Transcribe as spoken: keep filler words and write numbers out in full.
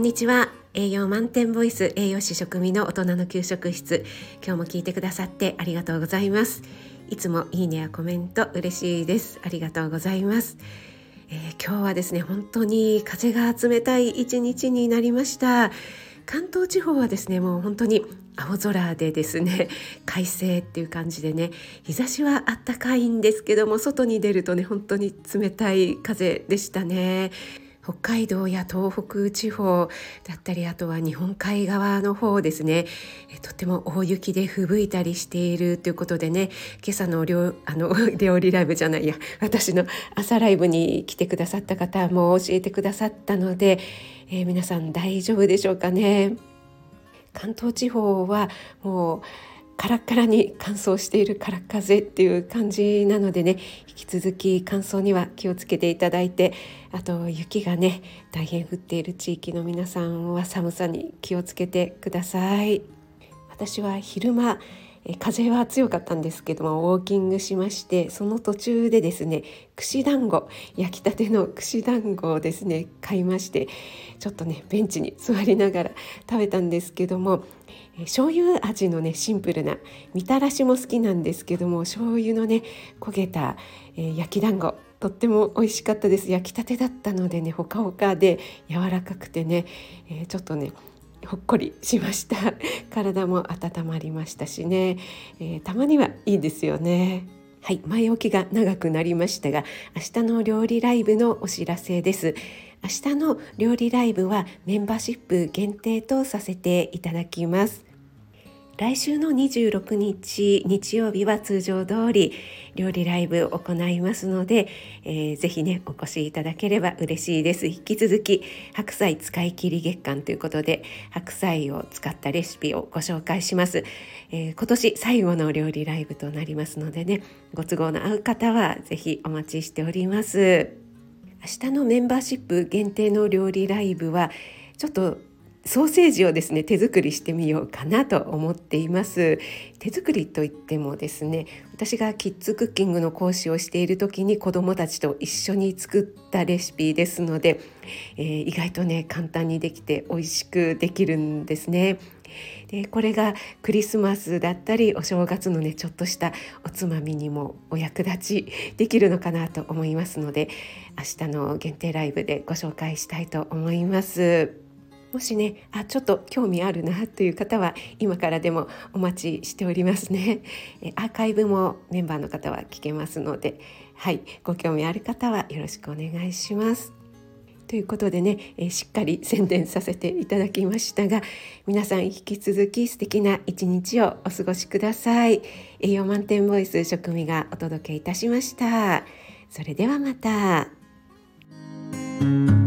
にちは。栄養満点ボイス栄養士食味の大人の給食室、今日も聞いてくださってありがとうございます。いつもいいねやコメント嬉しいです。ありがとうございます。えー、今日はですね、本当に風が冷たい一日になりました。関東地方はですね、もう本当に青空でですね、快晴っていう感じでね、日差しはあったかいんですけども、外に出るとね、本当に冷たい風でしたね。北海道や東北地方だったり、あとは日本海側の方ですね、えとても大雪で吹雪いたりしているということでね、今朝の料あの料理ライブじゃないや私の朝ライブに来てくださった方も教えてくださったので、えー、皆さん大丈夫でしょうかね。関東地方はもうカラッカラに乾燥している空っ風っていう感じなのでね、引き続き乾燥には気をつけていただいて、あと雪がね大変降っている地域の皆さんは寒さに気をつけてください。私は昼間え風は強かったんですけども、ウォーキングしまして、その途中でですね、串団子、焼きたての串団子をですね買いまして、ちょっとねベンチに座りながら食べたんですけども、え醤油味のねシンプルな、みたらしも好きなんですけども、醤油のね焦げた、えー、焼き団子、とっても美味しかったです。焼きたてだったのでね、ほかほかで柔らかくてね、えー、ちょっとねほっこりしました。体も温まりましたしね、えー、たまにはいいですよね。はい、前置きが長くなりましたが、明日の料理ライブのお知らせです。明日の料理ライブはメンバーシップ限定とさせていただきます。来週のにじゅうろくにち日曜日は通常通り料理ライブを行いますので、えー、ぜひねお越しいただければ嬉しいです。引き続き白菜使い切り月間ということで、白菜を使ったレシピをご紹介します。えー、今年最後の料理ライブとなりますのでね、ご都合の合う方はぜひお待ちしております。明日のメンバーシップ限定の料理ライブはちょっとソーセージをですね手作りしてみようかなと思っています。手作りといってもですね、私がキッズクッキングの講師をしている時に子どもたちと一緒に作ったレシピですので、えー、意外とね簡単にできて美味しくできるんですね。でこれがクリスマスだったりお正月のねちょっとしたおつまみにもお役立ちできるのかなと思いますので、明日の限定ライブでご紹介したいと思います。もしね、あ、ちょっと興味あるなという方は今からでもお待ちしておりますね。えアーカイブもメンバーの方は聞けますので、はい、ご興味ある方はよろしくお願いします。ということでね、えしっかり宣伝させていただきましたが、皆さん引き続き素敵な一日をお過ごしください。栄養満点ボイス食味がお届けいたしました。それではまた。